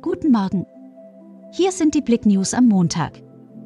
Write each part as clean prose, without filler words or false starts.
Guten Morgen. Hier sind die Blick News am Montag.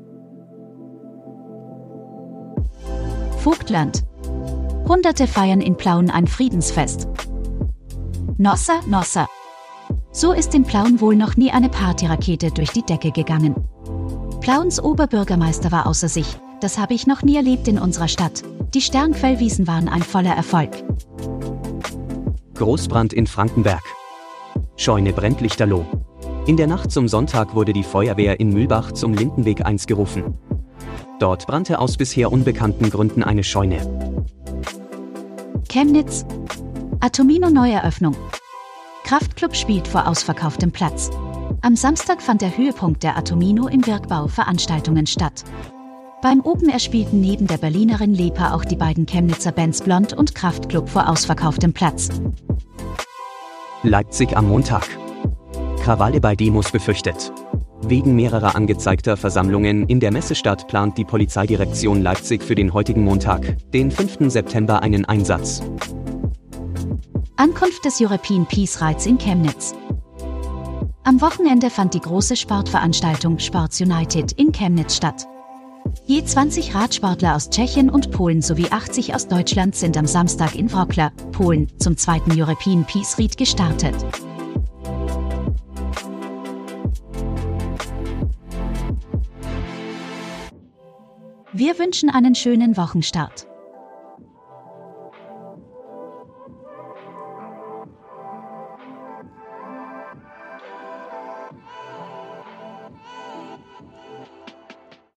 Vogtland. Hunderte feiern in Plauen ein Friedensfest. Nossa, Nossa. So ist in Plauen wohl noch nie eine Partyrakete durch die Decke gegangen. Plauens Oberbürgermeister war außer sich. Das habe ich noch nie erlebt in unserer Stadt. Die Sternquellwiesen waren ein voller Erfolg. Großbrand in Frankenberg. Scheune brennt lichterloh. In der Nacht zum Sonntag wurde die Feuerwehr in Mühlbach zum Lindenweg 1 gerufen. Dort brannte aus bisher unbekannten Gründen eine Scheune. Chemnitz. Atomino Neueröffnung. Kraftklub spielt vor ausverkauftem Platz. Am Samstag fand der Höhepunkt der Atomino im Wirgbau Veranstaltungen statt. Beim Open Air spielten neben der Berlinerin Lepa auch die beiden Chemnitzer Bands Blond und Kraftklub vor ausverkauftem Platz. Leipzig am Montag. Krawalle bei Demos befürchtet. Wegen mehrerer angezeigter Versammlungen in der Messestadt plant die Polizeidirektion Leipzig für den heutigen Montag, den 5. September, einen Einsatz. Ankunft des European Peace Rides in Chemnitz. Am Wochenende fand die große Sportveranstaltung Sports United in Chemnitz statt. Je 20 Radsportler aus Tschechien und Polen sowie 80 aus Deutschland sind am Samstag in Wrocław, Polen, zum 2. European Peace Ride gestartet. Wir wünschen einen schönen Wochenstart.